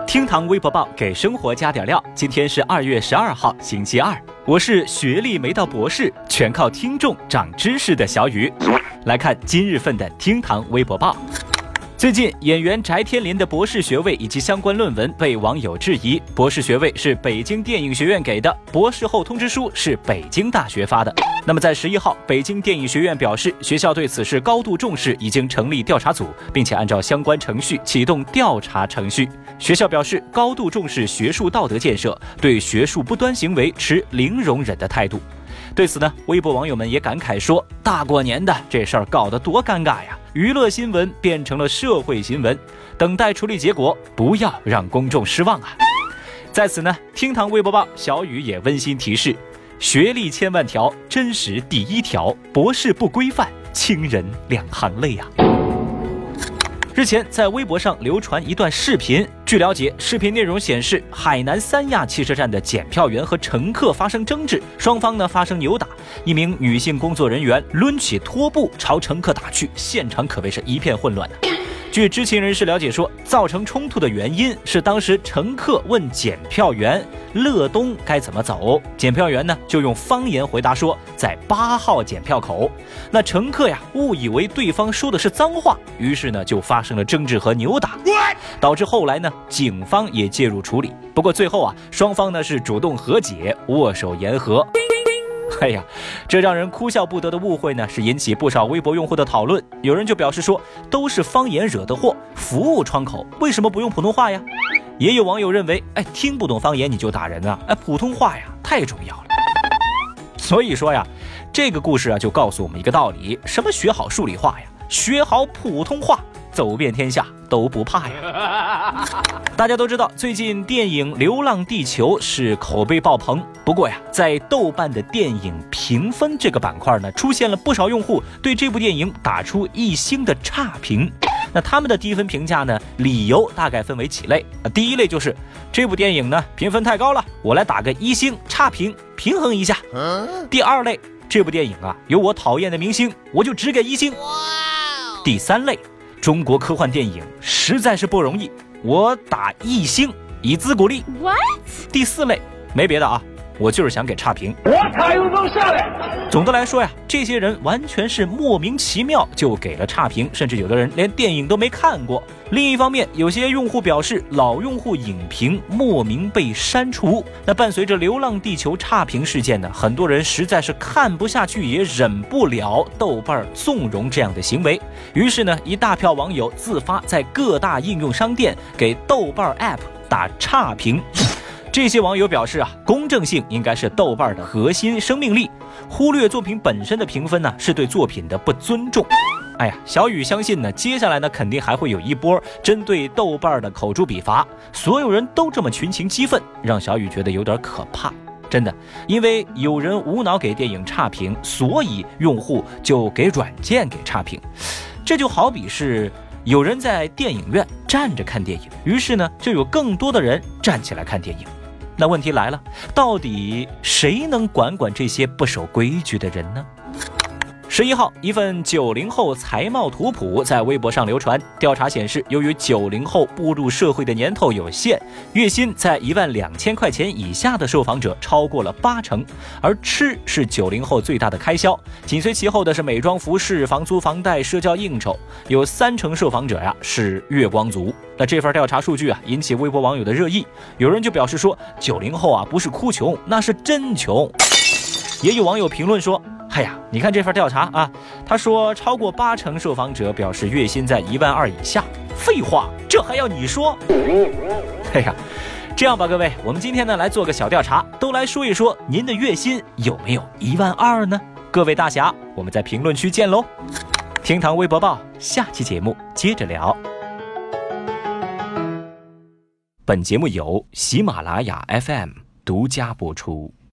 厅堂微博报给生活加点料，今天是2月12号，星期二。我是学历没到博士，全靠听众长知识的小雨。来看今日份的厅堂微博报。最近，演员翟天临的博士学位以及相关论文被网友质疑。博士学位是北京电影学院给的，博士后通知书是北京大学发的。那么在11号，北京电影学院表示，学校对此事高度重视，已经成立调查组，并且按照相关程序启动调查程序。学校表示，高度重视学术道德建设，对学术不端行为持零容忍的态度。对此呢，微博网友们也感慨说，大过年的这事儿搞得多尴尬呀，娱乐新闻变成了社会新闻，等待处理结果，不要让公众失望啊。在此呢，厅堂微博报小雨也温馨提示，学历千万条，真实第一条，博士不规范，亲人两行泪啊。日前，在微博上流传一段视频。据了解，视频内容显示，海南三亚汽车站的检票员和乘客发生争执，双方发生扭打。一名女性工作人员抡起拖布朝乘客打去，现场可谓是一片混乱的。据知情人士了解说，造成冲突的原因是当时乘客问检票员乐东该怎么走，检票员就用方言回答说在8号检票口。那乘客误以为对方说的是脏话，于是就发生了争执和扭打，导致后来警方也介入处理。不过最后双方是主动和解，握手言和。哎呀，这让人哭笑不得的误会是引起不少微博用户的讨论。有人就表示说，都是方言惹的祸，服务窗口为什么不用普通话呀？也有网友认为，听不懂方言你就打人啊，普通话太重要了。所以说这个故事就告诉我们一个道理，什么学好数理化学好普通话，走遍天下都不怕呀。大家都知道，最近电影《流浪地球》是口碑爆棚。不过在豆瓣的电影评分这个板块出现了不少用户对这部电影打出1星的差评。那他们的低分评价理由大概分为几类。第一类就是这部电影评分太高了，我来打个1星差评，平衡一下。第二类，这部电影有我讨厌的明星，我就只给1星。第三类，中国科幻电影实在是不容易，我打1星以资鼓励。第四类，没别的我就是想给差评。我卡又能下来。总的来说这些人完全是莫名其妙就给了差评，甚至有的人连电影都没看过。另一方面，有些用户表示老用户影评莫名被删除。那伴随着《流浪地球》差评事件很多人实在是看不下去，也忍不了豆瓣纵容这样的行为。于是一大票网友自发在各大应用商店给豆瓣 App 打差评。这些网友表示公正性应该是豆瓣的核心生命力，忽略作品本身的评分是对作品的不尊重。小雨相信接下来肯定还会有一波针对豆瓣的口诛笔伐，所有人都这么群情激愤，让小雨觉得有点可怕。真的，因为有人无脑给电影差评，所以用户就给软件给差评。这就好比是有人在电影院站着看电影，于是就有更多的人站起来看电影。那问题来了，到底谁能管管这些不守规矩的人呢？11号，一份90后才貌图谱在微博上流传。调查显示，由于90后步入社会的年头有限，月薪在12000块钱以下的受访者超过了80%，而吃是90后最大的开销，紧随其后的是美妆、服饰、房租、房贷、社交应酬，有30%受访者是月光族。那这份调查数据引起微博网友的热议，有人就表示说，90后不是哭穷，那是真穷。也有网友评论说，你看这份调查他说超过80%受访者表示月薪在12000以下。废话，这还要你说？这样吧，各位，我们今天来做个小调查，都来说一说您的月薪有没有12000呢？各位大侠，我们在评论区见喽。厅堂微博报，下期节目接着聊。本节目由喜马拉雅 FM 独家播出。